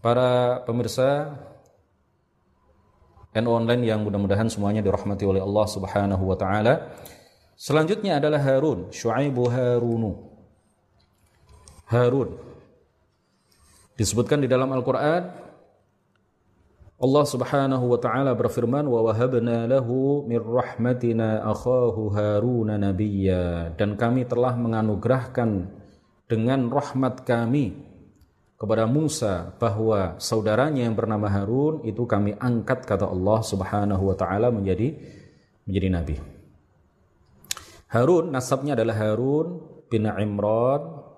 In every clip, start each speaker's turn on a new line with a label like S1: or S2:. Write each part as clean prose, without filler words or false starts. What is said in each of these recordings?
S1: Para pemirsa NU Online yang mudah-mudahan semuanya dirahmati oleh Allah Subhanahu wa taala. Selanjutnya adalah Harun, Syu'aibu Harunu. Harun disebutkan di dalam Al-Qur'an, Allah Subhanahu wa taala berfirman, wa wahabna lahu min rahmatina akhahu Haruna nabiyya, dan kami telah menganugerahkan dengan rahmat kami kepada Musa bahwa saudaranya yang bernama Harun itu kami angkat, kata Allah Subhanahu wa taala, menjadi nabi. Harun nasabnya adalah Harun bin Imran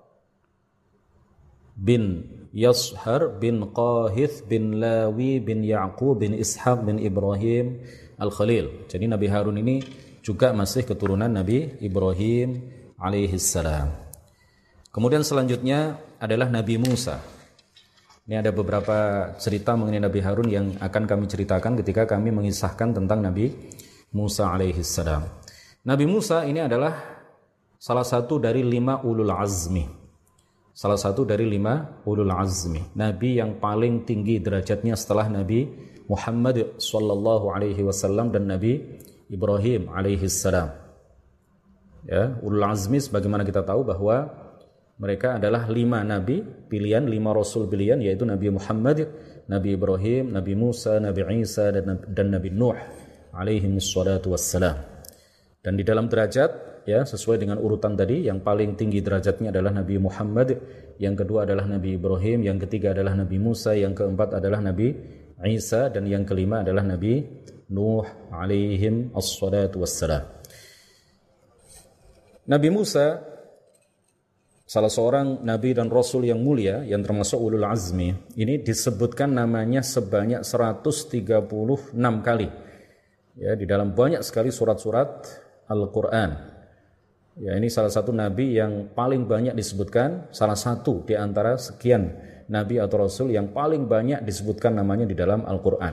S1: bin Yashar bin Qahith bin Lawi bin Ya'qub bin Ishaq bin Ibrahim Al-Khalil. Jadi Nabi Harun ini juga masih keturunan Nabi Ibrahim alaihi salam. Kemudian selanjutnya adalah Nabi Musa. Ini ada beberapa cerita mengenai Nabi Harun yang akan kami ceritakan ketika kami mengisahkan tentang Nabi Musa alaihi salam. Nabi Musa ini adalah salah satu dari 5 ulul azmi. Salah satu dari 5 ulul azmi. Nabi yang paling tinggi derajatnya setelah Nabi Muhammad sallallahu alaihi wasallam dan Nabi Ibrahim alaihi salam. Ya, ulul azmi sebagaimana kita tahu bahwa mereka adalah 5 nabi pilihan, 5 rasul pilihan, yaitu Nabi Muhammad, Nabi Ibrahim, Nabi Musa, Nabi Isa, dan Nabi Nuh alaihi wassalatu wassalam. Dan di dalam derajat, ya, sesuai dengan urutan tadi, yang paling tinggi derajatnya adalah Nabi Muhammad, yang kedua adalah Nabi Ibrahim, yang ketiga adalah Nabi Musa, yang keempat adalah Nabi Isa, dan yang kelima adalah Nabi Nuh alaihim assalatu wassalam. Nabi Musa salah seorang nabi dan rasul yang mulia yang termasuk ulul azmi, ini disebutkan namanya sebanyak 136 kali. Ya, di dalam banyak sekali surat-surat Al-Qur'an. Ya, ini salah satu nabi yang paling banyak disebutkan, salah satu di antara sekian nabi atau rasul yang paling banyak disebutkan namanya di dalam Al-Qur'an.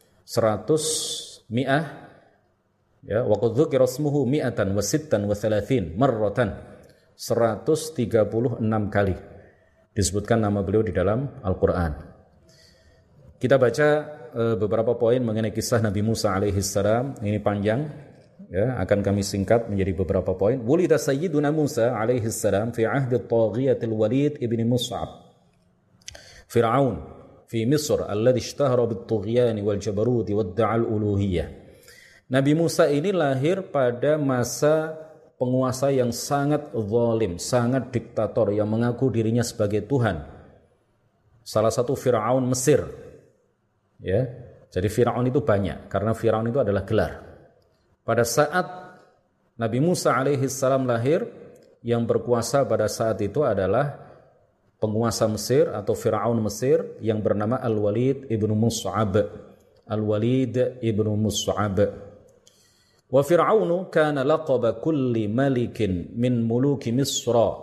S1: 100 mi'ah, ya, wa qad dzukira ismuhu mi'atan wa sittan wa thalathin marratan. 136 kali disebutkan nama beliau di dalam Al-Quran. Kita baca beberapa poin mengenai kisah Nabi Musa alaihi salam. Ini panjang, ya, akan kami singkat menjadi beberapa poin. Wulida sayyiduna Musa alaihi salam fi ahdi at-taghiyatil Walid ibn Mus'ab Fir'aun fi Misr alladhi ishtahara bit-tughyan wal jabarut wad-da'a al-uluhiyyah. Nabi Musa ini lahir pada masa penguasa yang sangat zalim, sangat diktator, yang mengaku dirinya sebagai Tuhan. Salah satu Fir'aun Mesir. Ya, jadi Fir'aun itu banyak, karena Fir'aun itu adalah gelar. Pada saat Nabi Musa alaihi salam lahir, yang berkuasa pada saat itu adalah penguasa Mesir atau Fir'aun Mesir yang bernama Al-Walid ibnu Mus'ab. Al-Walid ibnu Mus'ab. Wa Fir'aunu kana laqaba kulli malikin min muluki Misra.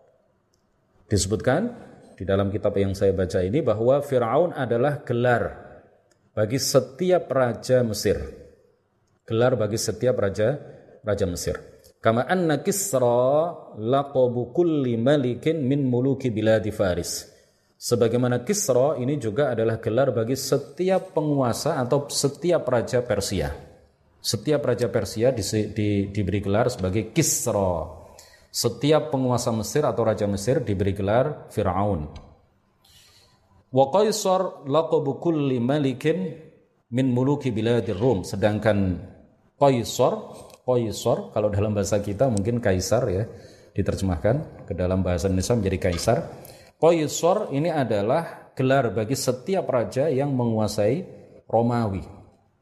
S1: Disebutkan di dalam kitab yang saya baca ini bahwa Fir'aun adalah gelar bagi setiap raja Mesir. Gelar bagi setiap raja Mesir. Kama anna Kisra laqabu kulli malikin min muluki biladi Faris. Sebagaimana Kisra ini juga adalah gelar bagi setiap penguasa atau setiap raja Persia. Setiap raja Persia diberi gelar sebagai Kisra. Setiap penguasa Mesir atau raja Mesir diberi gelar Fir'aun. Wa Qaisar laqabu kulli malikin min muluki biladir Rum. Sedangkan Qaisar kalau dalam bahasa kita mungkin kaisar, ya, diterjemahkan ke dalam bahasa Indonesia menjadi kaisar. Qaisar ini adalah gelar bagi setiap raja yang menguasai Romawi.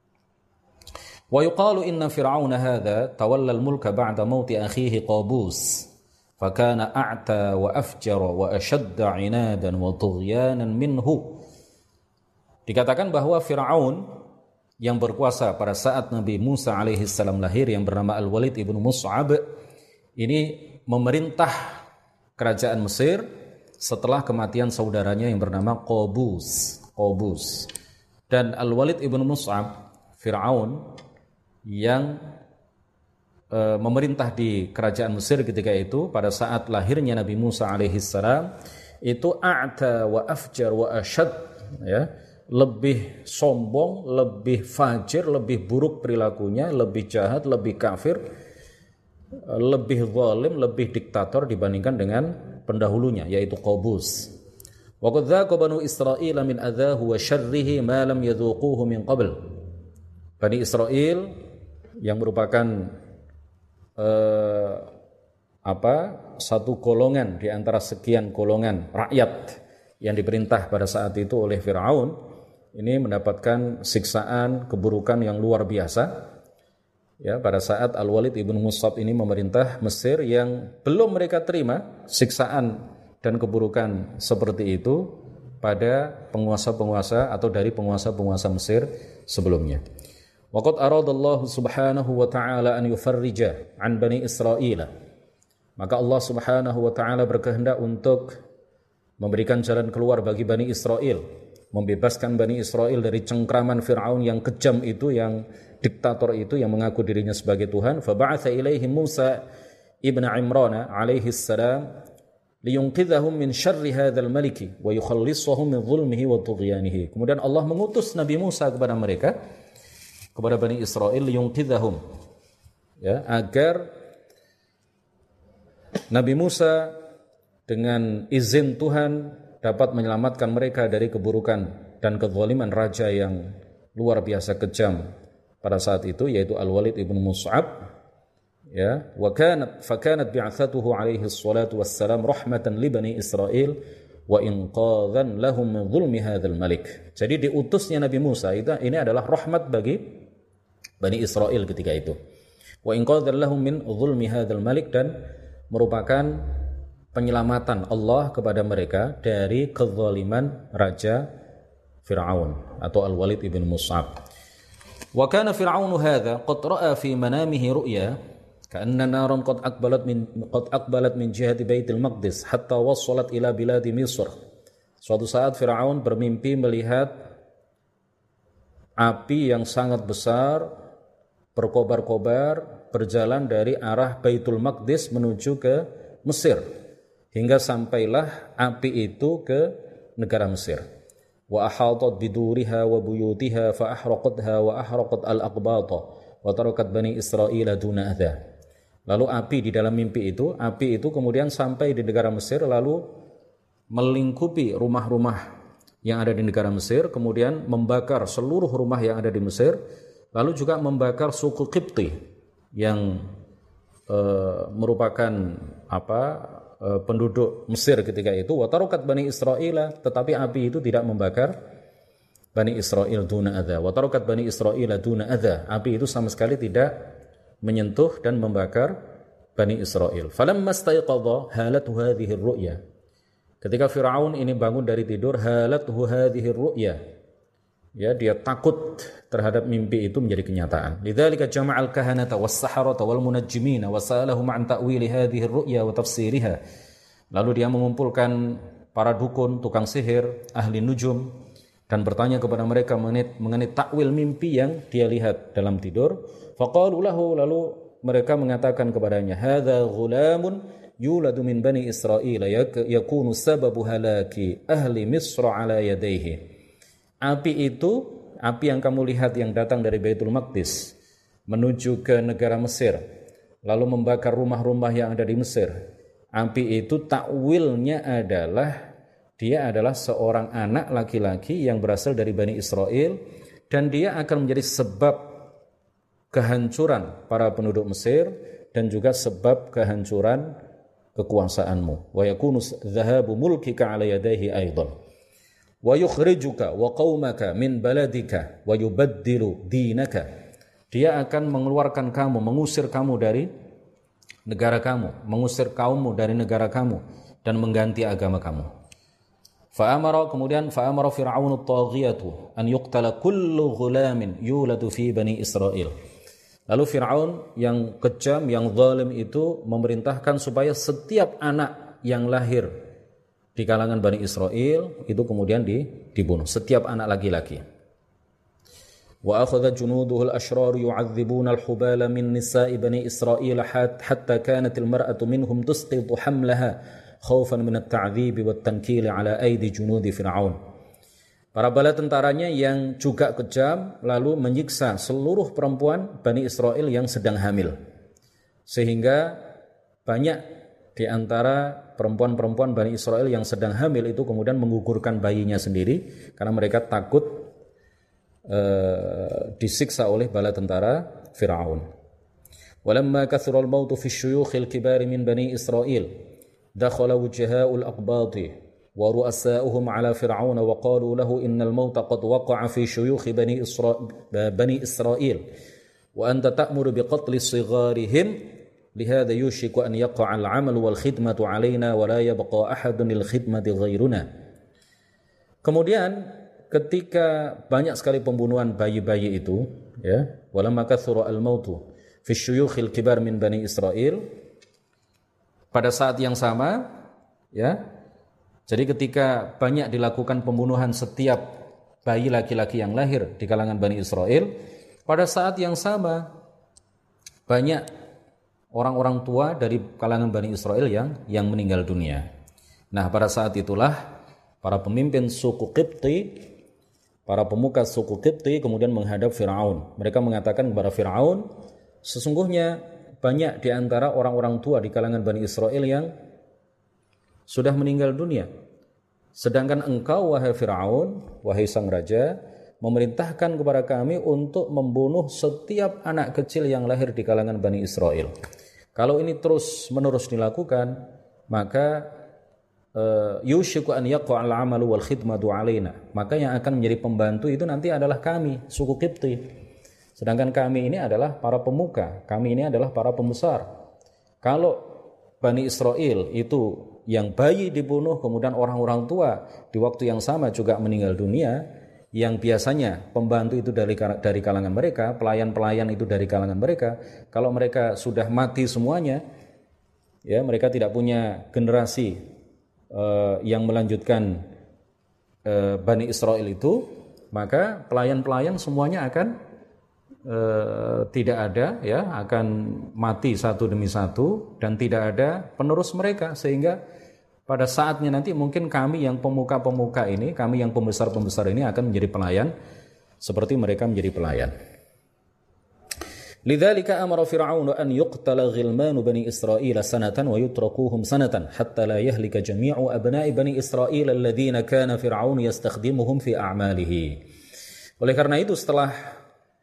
S1: Wa yuqalu inna Fir'auna hadha tawalla al-mulka ba'da mauti akhihi Qabus fakana a'ta wa afjara wa ashadda 'inadan wa tughyanan minhu. Dikatakan bahwa Fir'aun yang berkuasa pada saat Nabi Musa alaihi salam lahir, yang bernama Al-Walid ibnu Mus'ab, ini memerintah kerajaan Mesir setelah kematian saudaranya yang bernama Qabus. Dan Al-Walid ibnu Mus'ab, Fir'aun yang memerintah di kerajaan Mesir ketika itu, pada saat lahirnya Nabi Musa alaihi salam, itu a'ta wa afjar wa ashad ya, lebih sombong, lebih fajir, lebih buruk perilakunya, lebih jahat, lebih kafir, lebih zalim, lebih diktator dibandingkan dengan pendahulunya, yaitu Qabus. Wa qad dzaqa banu Israil min adzahu wa syarrihi ma lam yadzuquhu min qabl. Bani Israel yang merupakan satu golongan di antara sekian golongan rakyat yang diperintah pada saat itu oleh Firaun, ini mendapatkan siksaan keburukan yang luar biasa. Ya, pada saat Al-Walid ibn Mus'ab ini memerintah Mesir, yang belum mereka terima siksaan dan keburukan seperti itu pada penguasa-penguasa atau dari penguasa-penguasa Mesir sebelumnya. Waqad aradallahu subhanahu wa ta'ala an yufarrija an bani Israil. Maka Allah subhanahu wa ta'ala berkehendak untuk memberikan jalan keluar bagi Bani Israel, membebaskan Bani Israel dari cengkraman Fir'aun yang kejam itu, yang diktator itu, yang mengaku dirinya sebagai Tuhan. Faba'atha ilaihim Musa ibn Imran alaihi salam liyunqidhahum min syarri hadzal maliki wa yukhallishahum min zulmihi wa tughyanihi. Kemudian Allah mengutus Nabi Musa kepada mereka, kepada Bani Israel, liyunqidhahum, ya, agar Nabi Musa dengan izin Tuhan dapat menyelamatkan mereka dari keburukan dan kezaliman raja yang luar biasa kejam pada saat itu, yaitu Al-Walid ibn Mus'ab. Ya, wa fakanat bi'atsatuhu alaihi salatu wassalam rahmatan li Bani Israil wa inqadhan lahum min zulmi hadzal malik. Jadi diutusnya Nabi Musa ini adalah rahmat bagi Bani Israel ketika itu. Wa inqadhan lahum min zulmi hadzal malik, dan merupakan penyelamatan Allah kepada mereka dari kezaliman Raja Fir'aun atau Al-Walid ibn Mus'ab. Wa kana Fir'aunu hadza qad ra'a fi manamihi ru'ya ka'anna naran qad aqbalat min jihati Baitul Maqdis hatta wassalat ila biladi Misr. Suatu saat Fir'aun bermimpi melihat api yang sangat besar berkobar-kobar berjalan dari arah Baitul Maqdis menuju ke Mesir, hingga sampailah api itu ke negara Mesir. Wa ahatat biduriha wa buyutiha fa ahraqatha wa ahraqat al-aqbata wa tarakat Bani Israil duna adha. Lalu api di dalam mimpi itu, api itu kemudian sampai di negara Mesir, lalu melingkupi rumah-rumah yang ada di negara Mesir, kemudian membakar seluruh rumah yang ada di Mesir, lalu juga membakar suku Qibti yang merupakan penduduk Mesir ketika itu. Wa tarakat Bani Israil, tetapi api itu tidak membakar Bani Israil duna adza. Wa tarakat Bani Israil duna adza. Api itu sama sekali tidak menyentuh dan membakar Bani Israil. Falamma staiqadha halatu hadhihi ar-ru'ya. Ketika Firaun ini bangun dari tidur, halatu hadhihi ar-ru'ya, ya, dia takut terhadap mimpi itu menjadi kenyataan. Lidzalika jama'al kahanata was-saharata wal munajjimina wa sa'alahum an ta'wili hadhihi ar-ru'ya wa tafsiriha. Lalu dia mengumpulkan para dukun, tukang sihir, ahli nujum, dan bertanya kepada mereka mengenai takwil mimpi yang dia lihat dalam tidur. Faqalu lahu, lalu mereka mengatakan kepadanya, hadza ghulamun yuladu min Bani Israil yakunu sababu halaki ahli Misr ala yadayhi. Api yang kamu lihat yang datang dari Baitul Maqdis menuju ke negara Mesir, lalu membakar rumah-rumah yang ada di Mesir. Api itu takwilnya adalah dia adalah seorang anak laki-laki yang berasal dari Bani Israel, dan dia akan menjadi sebab kehancuran para penduduk Mesir dan juga sebab kehancuran kekuasaanmu. Wa yakunu dhahabu mulkika ala yadayhi aidan. Wa yukhrijuka wa qaumaka min baladika wa yubaddilu dinaka. Dia akan mengeluarkan kamu, mengusir kamu dari negara kamu, mengusir kaummu dari negara kamu, dan mengganti agama kamu. Fa'amara Fir'aun at-taghiyatu an yuqtala kullu ghulamin yuladu fi Bani Israil. Lalu Fir'aun yang kejam, yang zalim itu memerintahkan supaya setiap anak yang lahir di kalangan Bani Israel itu kemudian dibunuh, setiap anak laki-laki. Wa akhadha junuduhu al-ashrar yu'adzibuna al-hubala min nisa'i Bani Israil hatta kanat al-mar'atu minhum tusqitu hamlaha khawfan min at-ta'dhib wa at-tankil ala aydi junudi Fir'aun. Para bala tentaranya yang juga kejam lalu menyiksa seluruh perempuan Bani Israel yang sedang hamil. Sehingga banyak di antara perempuan-perempuan Bani Israel yang sedang hamil itu kemudian menggugurkan bayinya sendiri karena mereka takut disiksa oleh bala tentara Fir'aun. Walamma kathura al-mautu fi syuyukh al-kibar min Bani Israel dakhala wujaha'ul aqbati ورؤساؤهم على فرعون وقالوا له إن الموت قد وقع في شيوخ بني إسرائيل وأنت تأمر بقتل صغارهم لهذا يوشك أن يقع العمل والخدمة علينا ولا يبقى أحد للخدمة غيرنا. Kemudian ketika banyak sekali pembunuhan bayi-bayi itu, ya, walamma kathura al-mautu fi syuyukhil kibar min Bani Israel, pada saat yang sama, ya, jadi ketika banyak dilakukan pembunuhan setiap bayi laki-laki yang lahir di kalangan Bani Israel, pada saat yang sama banyak orang-orang tua dari kalangan Bani Israel yang meninggal dunia. Nah, pada saat itulah para pemimpin suku Qibti, para pemuka suku Qibti kemudian menghadap Fir'aun. Mereka mengatakan kepada Fir'aun, sesungguhnya banyak di antara orang-orang tua di kalangan Bani Israel yang sudah meninggal dunia. Sedangkan engkau, wahai Fir'aun, wahai sang raja, memerintahkan kepada kami untuk membunuh setiap anak kecil yang lahir di kalangan Bani Israel. Kalau ini terus menerus dilakukan, maka yushiku an yaqa'al 'amalu wal khidmatu 'alaina. Maka yang akan menjadi pembantu itu nanti adalah kami, suku Qibti. Sedangkan kami ini adalah para pemuka, kami ini adalah para pembesar. Kalau Bani Israel itu yang bayi dibunuh, kemudian orang-orang tua di waktu yang sama juga meninggal dunia, yang biasanya pembantu itu dari kalangan mereka, pelayan-pelayan itu dari kalangan mereka, kalau mereka sudah mati semuanya, ya, mereka tidak punya generasi yang melanjutkan Bani Israel itu, maka pelayan-pelayan semuanya akan tidak ada, ya, akan mati satu demi satu dan tidak ada penerus mereka, sehingga pada saatnya nanti mungkin kami yang pemuka-pemuka ini, kami yang pembesar-pembesar ini akan menjadi pelayan seperti mereka menjadi pelayan. Lidzalika amara Fir'aun an yuqtala ghilmanu Bani Israil sanatan wa yutrakuhum sanatan hatta la yahlika jami'u abna'i Bani Israil alladhina kana Fir'aun yastakhdimuhum fi a'malihi. Oleh karena itu setelah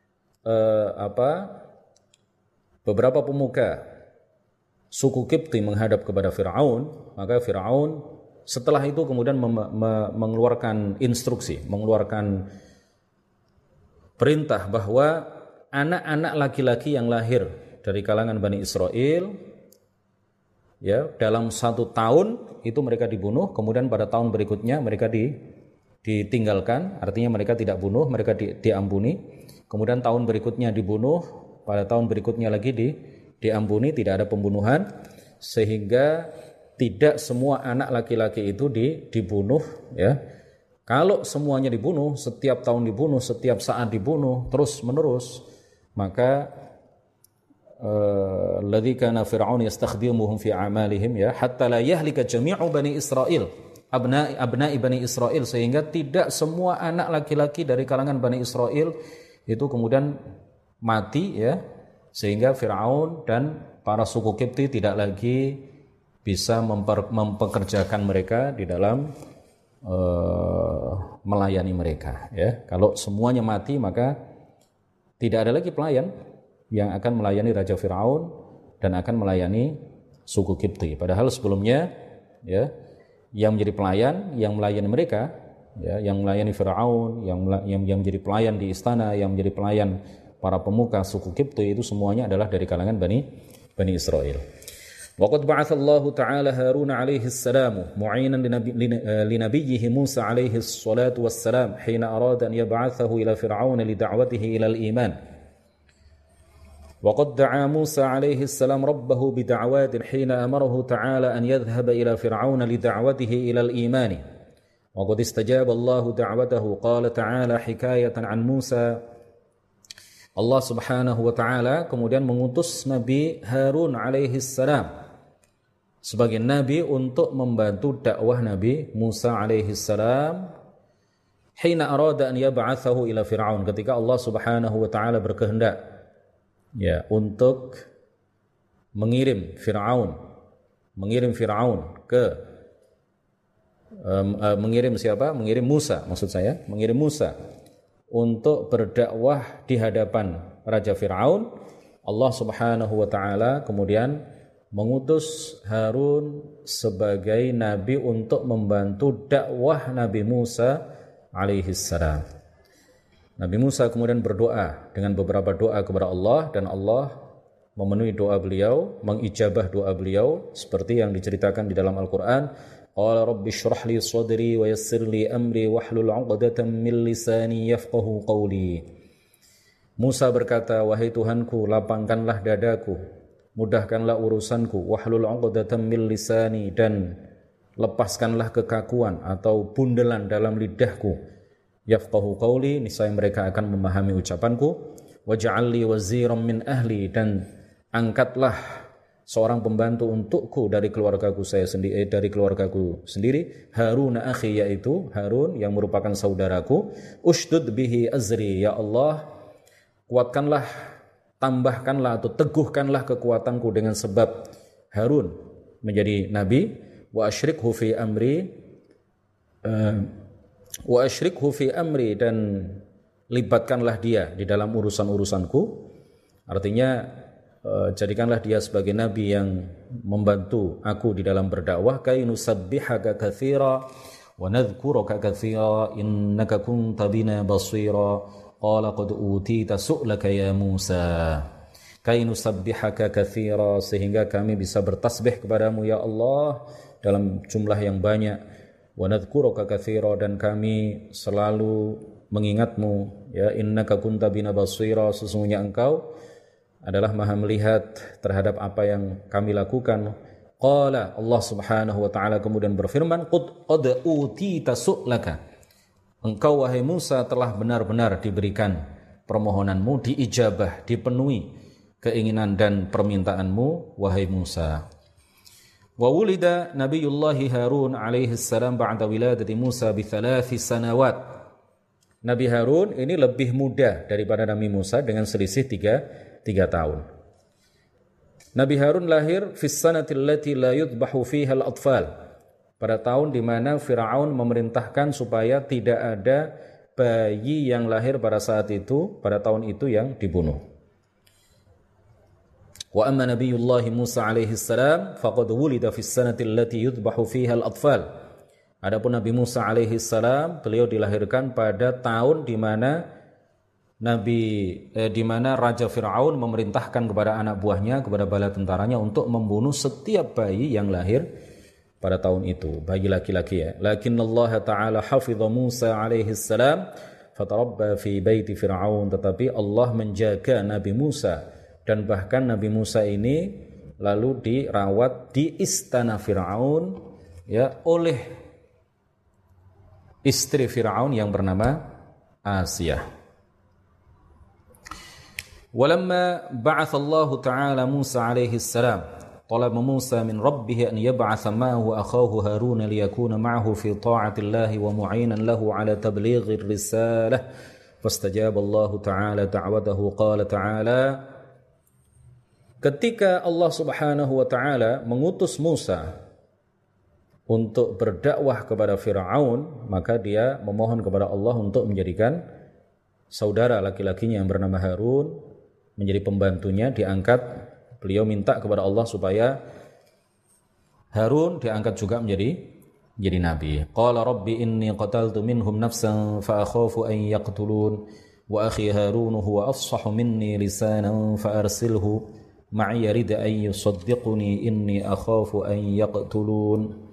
S1: beberapa pemuka suku Qibti menghadap kepada Fir'aun, maka Fir'aun setelah itu kemudian mengeluarkan instruksi, mengeluarkan perintah bahwa anak-anak laki-laki yang lahir dari kalangan Bani Israel, ya, dalam 1 tahun itu mereka dibunuh, kemudian pada tahun berikutnya mereka ditinggalkan, artinya mereka tidak bunuh, mereka diampuni. Kemudian tahun berikutnya dibunuh, pada tahun berikutnya lagi diampuni, tidak ada pembunuhan, sehingga tidak semua anak laki-laki itu dibunuh, ya. Kalau semuanya dibunuh, setiap tahun dibunuh, setiap saat dibunuh, terus menerus, maka alladzi kana fir'aun yastakhdimuhum fi a'malihim, ya, hatta la yahlika jami'u Bani Israil, abna'i Bani Israil, sehingga tidak semua anak laki-laki dari kalangan Bani Israil itu kemudian mati, ya, sehingga Fir'aun dan para suku Qibti tidak lagi bisa mempekerjakan mereka di dalam melayani mereka, ya. Kalau semuanya mati, maka tidak ada lagi pelayan yang akan melayani Raja Fir'aun dan akan melayani suku Qibti. Padahal sebelumnya, ya, yang menjadi pelayan, yang melayani mereka, ya, yang melayani Fir'aun, yang menjadi pelayan di istana, yang menjadi pelayan para pemuka suku Qibti, itu semuanya adalah dari kalangan Bani Israel. Waqad ba'atha Allah Ta'ala Harun alaihi salam mu'inan li nabiyhi Musa alaihi salatu wassalam hina arada an yab'athahu ila Fir'aun li da'watihi ila al-iman. وقد دعا موسى عليه السلام ربه بدعوات حين أمره تعالى أن يذهب إلى فرعون لدعوته إلى الإيمان وقد استجاب الله دعوته قال تعالى حكاية عن موسى. Allah subhanahu wa ta'ala kemudian mengutus Nabi Harun alaihi salam sebagai Nabi untuk membantu dakwah Nabi Musa alaihi salam hina arada an yab'atsahu ila Fir'aun, ketika Allah Subhanahu wa taala berkehendak ya untuk mengirim Fir'aun ke mengirim siapa? Mengirim Musa, maksud saya, mengirim Musa untuk berdakwah di hadapan Raja Fir'aun. Allah Subhanahu wa taala kemudian mengutus Harun sebagai nabi untuk membantu dakwah Nabi Musa alaihi salam. Nabi Musa kemudian berdoa dengan beberapa doa kepada Allah, dan Allah memenuhi doa beliau, mengijabah doa beliau seperti yang diceritakan di dalam Al-Qur'an. Qala rabbi shrah li sadri wa yassir li amri wahlul 'uqdatam min lisani yafqahu qawli. Musa berkata, wahai Tuhanku, lapangkanlah dadaku, mudahkanlah urusanku, wahlul 'uqdatam min lisani, dan lepaskanlah kekakuan atau bundelan dalam lidahku. Yafqahu qawli, niscaya mereka akan memahami ucapanku. Waj'al li waziran min ahli, dan angkatlah seorang pembantu untukku dari keluargaku sendiri, Harun akhi, yaitu Harun yang merupakan saudaraku. Ushdud bihi azri, ya Allah, kuatkanlah, tambahkanlah atau teguhkanlah kekuatanku dengan sebab Harun menjadi nabi. Wa asyrikhu fi amri, dan libatkanlah dia di dalam urusan-urusanku. Artinya jadikanlah dia sebagai nabi yang membantu aku di dalam berdakwah. Kay nusabbihaka katsira wa nadhkuraka katsira innaka kunta bina basira. Qala qad utita su'laka ya Musa. Kay nusabbihaka katsira, sehingga kami bisa bertasbih kepadamu ya Allah dalam jumlah yang banyak. Wa nadhkuraka katsira, dan kami selalu mengingatmu ya. Innaka kunta bina basira, sesungguhnya engkau adalah maha melihat terhadap apa yang kami lakukan. Qala, Allah Subhanahu wa taala kemudian berfirman, qad utita su'laka, engkau wahai Musa telah benar-benar diberikan permohonanmu, diijabah, dipenuhi keinginan dan permintaanmu wahai Musa. Wa wulida Nabiyullahi Harun alaihi salam ba'da wiladati Musa bi 3 sanawat. Nabi Harun ini lebih muda daripada Nabi Musa dengan selisih 3 tahun. Nabi Harun lahir fi sanati allati la yudbahu fiha al-atfal, pada tahun di mana Firaun memerintahkan supaya tidak ada bayi yang lahir pada saat itu, pada tahun itu, yang dibunuh. Wa amma Nabiyullah Musa alaihi salam faqad wulida fi sanati allati yudbahu fiha al-atfal. Adapun Nabi Musa alaihi salam, beliau dilahirkan pada tahun di mana Raja Fir'aun memerintahkan kepada anak buahnya, kepada bala tentaranya untuk membunuh setiap bayi yang lahir pada tahun itu, bayi laki-laki ya. Lakinnallaha ta'ala hafidha Musa alaihi salam fatarabba fi baiti Fir'aun, tetapi Allah menjaga Nabi Musa, dan bahkan Nabi Musa ini lalu dirawat di istana Fir'aun ya oleh istri Fir'aun yang bernama Asiyah. Walamma ba'atha Allah Ta'ala Musa alaihi salam, talaba Musa min rabbih an yab'atha ma'ahu akhahu Harun liyakuna ma'ahu fi ta'atillahi wa mu'inan lahu ala tablighi risalah. Fastajaba Allah Ta'ala da'watahu. Qala Ta'ala, ketika Allah Subhanahu wa taala mengutus Musa untuk berdakwah kepada Firaun, maka dia memohon kepada Allah untuk menjadikan saudara laki-lakinya yang bernama Harun menjadi pembantunya, diangkat. Beliau minta kepada Allah supaya Harun diangkat juga menjadi nabi. Qala rabbi inni qataltu minhum nafsan fa akhafu an yaqtulun wa akhi Harun huwa afsahu minni lisanan fa arsilhu ma'i yarid an yusaddiquni inni akhafu an yaqtulun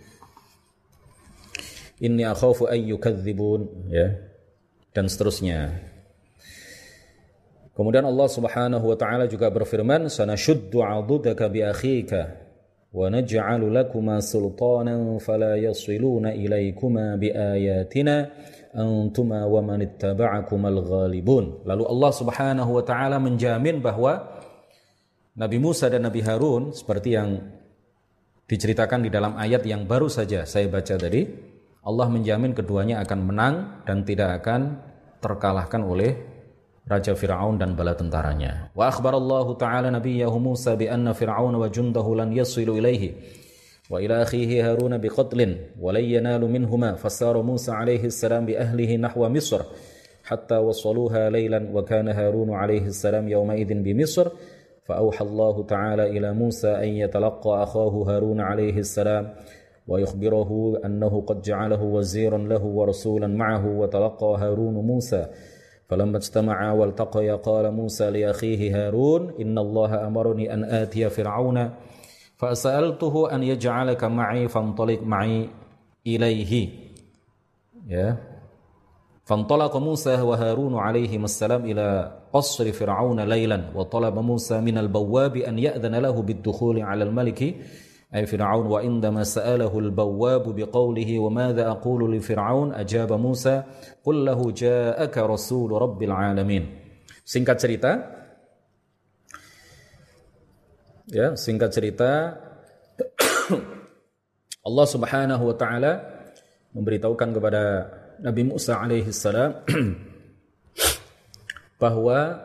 S1: inni akhafu an yukadzibun, ya, dan seterusnya. Kemudian Allah Subhanahu wa taala juga berfirman, sanashuddu 'adudaka bi akhika wa naj'alu lakuma sultanan fala yasiluna ilaykuma bi ayatina antuma wa man ittaba'akumal ghalibun. Lalu Allah Subhanahu wa taala menjamin bahwa Nabi Musa dan Nabi Harun, seperti yang diceritakan di dalam ayat yang baru saja saya baca tadi, Allah menjamin keduanya akan menang dan tidak akan terkalahkan oleh Raja Fir'aun dan bala tentaranya. Wa akhbarallahu ta'ala nabiyyahu Musa bi anna Fir'aun wa jundahu lan yasilu ilaihi wa ila akhihi Harun bi qatlin wa lan yanalu minhuma fasara Musa alaihi salam bi ahlihi nahwa Misr hatta wasaluha laylan wa kana Harun alaihi salam yawma idzin bi Misr fa auha Allah ta'ala ila Musa an yatalaqqa akhahu Harun alaihi salam wa yukhbirahu annahu qad ja'alahu waziran lahu wa rasulan ma'ahu wa talaqqa Harun Musa فلما اجتمعا والتقيا قال موسى لأخيه هارون إن الله أمرني أن آتي فرعون فسألته أن يجعلك معي فانطلق معي إليه ya. فانطلق موسى وهارون عليهما السلام إلى قصر فرعون ليلا وطلب موسى من البواب أن يأذن له بالدخول على الملك أي فرعون وعندما سأله البواب بقوله وماذا أقول لفرعون أجاب موسى قل له جاءك رسول رب العالمين. Singkat cerita Allah Subhanahu wa taala memberitahukan kepada Nabi Musa alaihi salam bahwa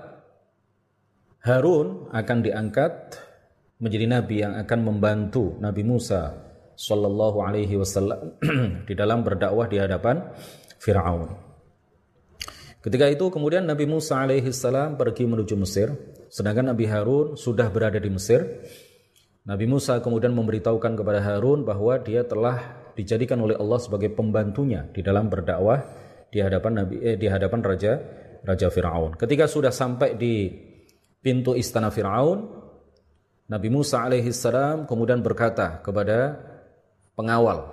S1: Harun akan diangkat menjadi nabi yang akan membantu Nabi Musa sallallahu alaihi wasallam di dalam berdakwah di hadapan Firaun. Ketika itu kemudian Nabi Musa alaihi salam pergi menuju Mesir, sedangkan Nabi Harun sudah berada di Mesir. Nabi Musa kemudian memberitahukan kepada Harun bahwa dia telah dijadikan oleh Allah sebagai pembantunya di dalam berdakwah di hadapan Raja Firaun. Ketika sudah sampai di pintu istana Firaun, Nabi Musa alaihi salam kemudian berkata kepada pengawal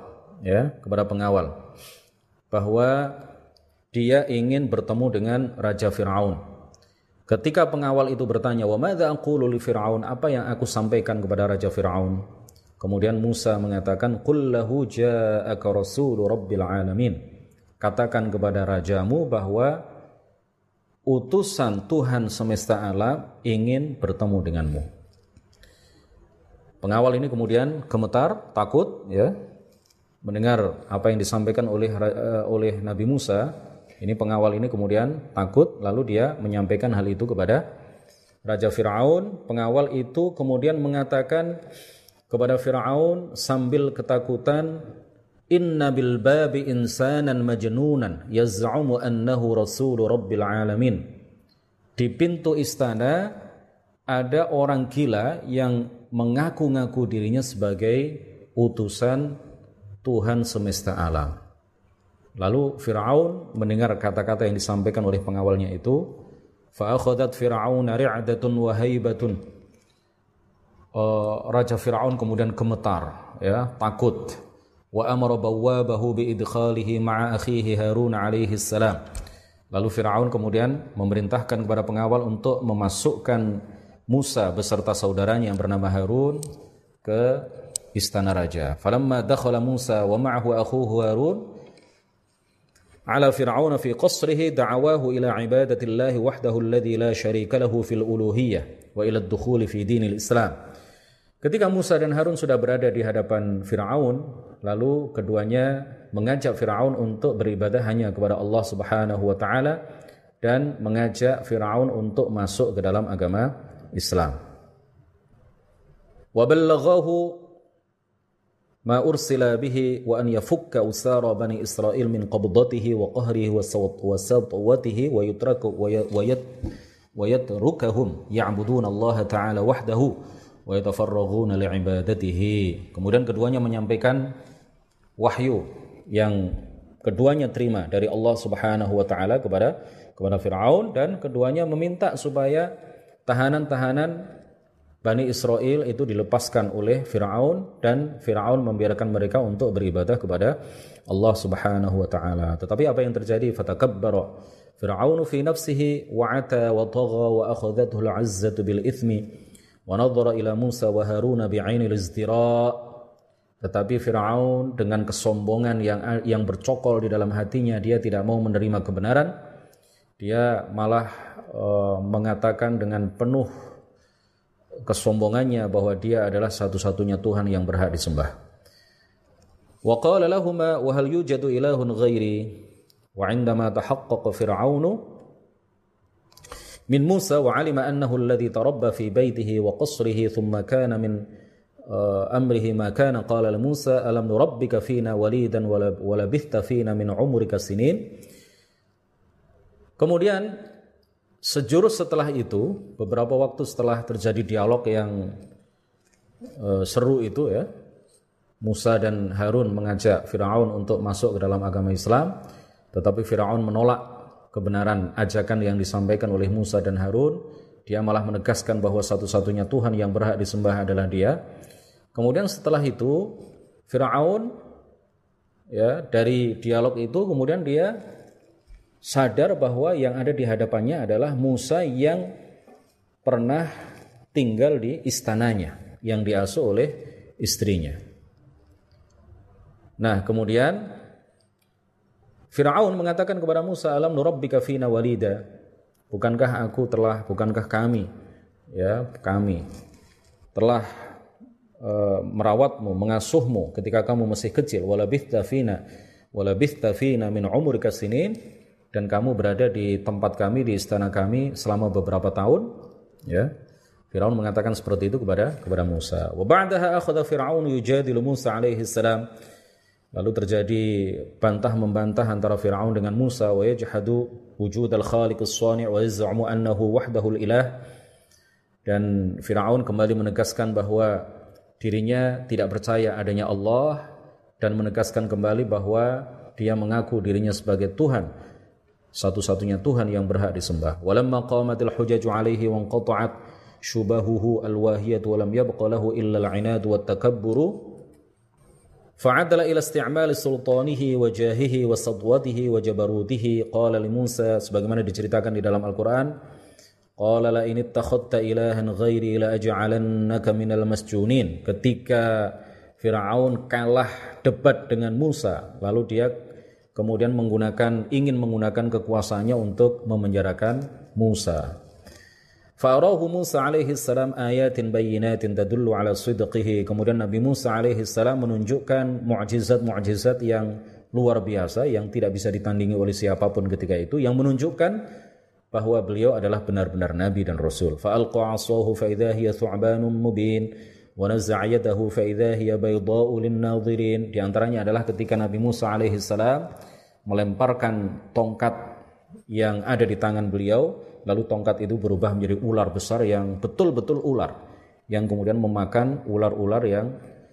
S1: bahwa dia ingin bertemu dengan Raja Fir'aun. Ketika pengawal itu bertanya, "Wa madza aqulu li Fir'aun?" Apa yang aku sampaikan kepada Raja Fir'aun? Kemudian Musa mengatakan, "Qul lahu ja'aka rasulu rabbil alamin." Katakan kepada rajamu bahwa utusan Tuhan semesta alam ingin bertemu denganmu. Pengawal ini kemudian gemetar, takut mendengar apa yang disampaikan oleh Nabi Musa. Ini pengawal ini kemudian takut, lalu dia menyampaikan hal itu kepada Raja Fir'aun. Pengawal itu kemudian mengatakan kepada Fir'aun sambil ketakutan, "Inna bil babi insanan majnunan yaz'umu annahu rasulu rabbil alamin." Di pintu istana ada orang gila yang mengaku-ngaku dirinya sebagai utusan Tuhan semesta alam. Lalu Fir'aun mendengar kata-kata yang disampaikan oleh pengawalnya itu, fa akhadhat fir'aun ri'datun wa haibatun. Raja Fir'aun kemudian gemetar, takut. Wa amara bawwabahu bi idkhalihi ma'a akhihi Harun alaihi salam. Lalu Fir'aun kemudian memerintahkan kepada pengawal untuk memasukkan Musa beserta saudaranya yang bernama Harun ke istana raja. Falamma dakhala Musa wa ma'ahu akhuhu Harun ala Fir'aun fi qasrihi da'awahu ila ibadatillahi wahdahu alladhi la syarika lahu fil uluhiyyah wa ila ad-dukhuli fi dinil Islam. Ketika Musa dan Harun sudah berada di hadapan Fir'aun, lalu keduanya mengajak Fir'aun untuk beribadah hanya kepada Allah Subhanahu wa taala dan mengajak Fir'aun untuk masuk ke dalam agama Islam. Wa ballaghahu ma ursila bihi wa an yafukka usara bani Israil min qabdatihi wa qahrihi wa sawtawatihi wa yatrukahum ya'buduna Allah ta'ala wahdahu wa yatafarraghuna li'ibadatihi. Kemudian keduanya menyampaikan wahyu yang keduanya terima dari Allah Subhanahu wa taala kepada Firaun, dan keduanya meminta supaya tahanan-tahanan Bani Israel itu dilepaskan oleh Fir'aun, dan Fir'aun membiarkan mereka untuk beribadah kepada Allah Subhanahu wa taala. Tetapi apa yang terjadi? Fatakabbara Fir'aun fi nafsihi wa 'ata wa tagha wa akhadhathu al-'izzatu bil ithmi wa nadhara ila Musa wa Harun bi'ainil izdira. Tetapi Fir'aun dengan kesombongan yang bercokol di dalam hatinya, dia tidak mau menerima kebenaran. Dia malah mengatakan dengan penuh kesombongannya bahwa dia adalah satu-satunya Tuhan yang berhak disembah. Wa qala lahumā wa hal yujadu ilahun ghairi wa 'indama tahaqqaqa fir'aunu min Musa wa 'alima annahu alladhi tarabba fi baytihi wa qasrihi thumma kana min amrihi ma kana qala li Musa alam nurabbika fina walidan wa labithta fina min umrika sinin. Kemudian sejurus setelah itu, beberapa waktu setelah terjadi dialog yang seru itu ya, Musa dan Harun mengajak Firaun untuk masuk ke dalam agama Islam, tetapi Firaun menolak kebenaran ajakan yang disampaikan oleh Musa dan Harun. Dia malah menegaskan bahwa satu-satunya Tuhan yang berhak disembah adalah Dia. Kemudian setelah itu Firaun ya, dari dialog itu kemudian dia sadar bahwa yang ada di hadapannya adalah Musa yang pernah tinggal di istananya, yang diasuh oleh istrinya. Nah, kemudian Firaun mengatakan kepada Musa, alam nurabbika fina walida, bukankah kami telah merawatmu, mengasuhmu ketika kamu masih kecil, walabithta fina min umrika sinin, dan kamu berada di tempat kami, di istana kami selama beberapa tahun, ya. Firaun mengatakan seperti itu kepada Musa. Wa ba'daha akhadha Fir'aun yujadilu Musa alaihi salam. Lalu terjadi bantah membantah antara Firaun dengan Musa, wa yajhadu wujud al-khaliq as-sani' wa yaz'umu annahu wahdahu al-ilah. Dan Firaun kembali menegaskan bahwa dirinya tidak percaya adanya Allah, dan menegaskan kembali bahwa dia mengaku dirinya sebagai Tuhan, satu-satunya Tuhan yang berhak disembah. Walamma qamatil hujaju alaihi wa anqata'at syubahuhu al-wahiyatu wa lam yabqa lahu illa al-'inad wa at-takabburu fa'adala ila isti'mal sultanihi wa jahihi wa sadwatihi wa jabarutihi. Qala li Musa, sebagaimana diceritakan di dalam Al-Qur'an, qala la in ittakhadta ilahan ghairi la aj'alannaka minal masjunin. Ketika Firaun kalah debat dengan Musa, lalu dia kemudian ingin menggunakan kekuasaannya untuk memenjarakan Musa. Fa'arahu Musa alaihi salam ayatin bayyinatin tadullu ala sidqihi. Kemudian Nabi Musa alaihi salam menunjukkan mu'jizat-mu'jizat yang luar biasa yang tidak bisa ditandingi oleh siapapun ketika itu, yang menunjukkan bahwa beliau adalah benar-benar nabi dan rasul. Fa'alqa 'asahu fa idza hiya thu'banun mubin wa naza'a yadahu fa idza hiya baydha'u lin-nadhirin. Di antaranya adalah ketika Nabi Musa alaihi salam melemparkan tongkat yang ada di tangan beliau, lalu tongkat itu berubah menjadi ular besar yang betul-betul ular, yang kemudian memakan ular-ular yang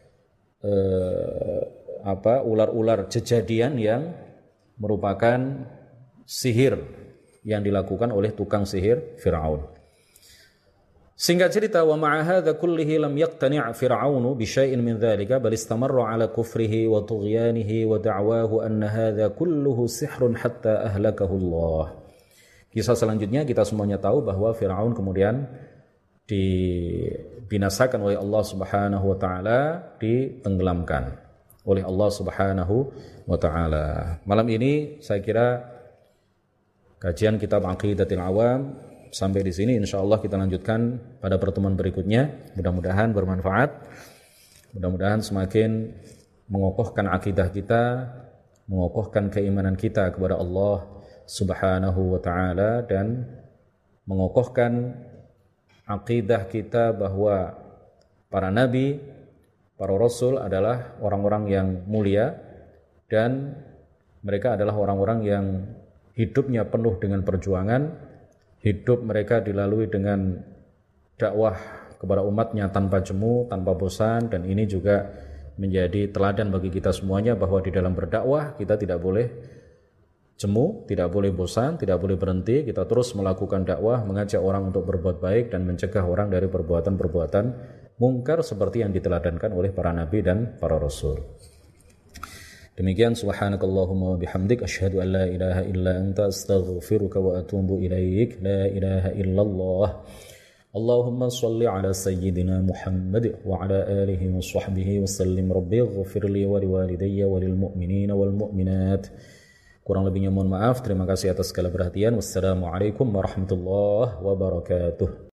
S1: ular-ular jejadian yang merupakan sihir yang dilakukan oleh tukang sihir Firaun. Singkat cerita, wa ma'a hadza kullihi lam yaqtani' Fir'aunu bi syai'in min dzalika bal istamarra 'ala kufrihi wa tughyanihi wa da'wahu anna hadza kulluhu sihrun hatta ahlakahu Allah. Kisah selanjutnya kita semuanya tahu bahwa Fir'aun kemudian dibinasakan oleh Allah Subhanahu wa taala, ditenggelamkan oleh Allah Subhanahu wa taala. Malam ini saya kira kajian kitab Aqidatul Awam sampai di sini. Insyaallah kita lanjutkan pada pertemuan berikutnya. Mudah-mudahan bermanfaat. Mudah-mudahan semakin mengokohkan akidah kita, mengokohkan keimanan kita kepada Allah Subhanahu wa ta'ala, dan mengokohkan akidah kita bahwa para nabi, para rasul adalah orang-orang yang mulia, dan mereka adalah orang-orang yang hidupnya penuh dengan perjuangan, hidup mereka dilalui dengan dakwah kepada umatnya tanpa jemu, tanpa bosan. Dan ini juga menjadi teladan bagi kita semuanya bahwa di dalam berdakwah kita tidak boleh jemu, tidak boleh bosan, tidak boleh berhenti. Kita terus melakukan dakwah, mengajak orang untuk berbuat baik dan mencegah orang dari perbuatan-perbuatan mungkar seperti yang diteladankan oleh para nabi dan para rasul. Demikian, subhanakallahumma wa bihamdik, asyhadu an la ilaha illa anta, astaghfiruka wa atubu ilaik. La ilaha illallah. Allahumma salli ala sayyidina Muhammad wa ala alihi wa sahbihi wa sallim. Rabbi ighfir li wa liwalidayya wa lil mu'minina wal mu'minat. Kurang lebihnya mohon maaf. Terima kasih atas segala perhatian. Wassalamualaikum warahmatullahi wabarakatuh.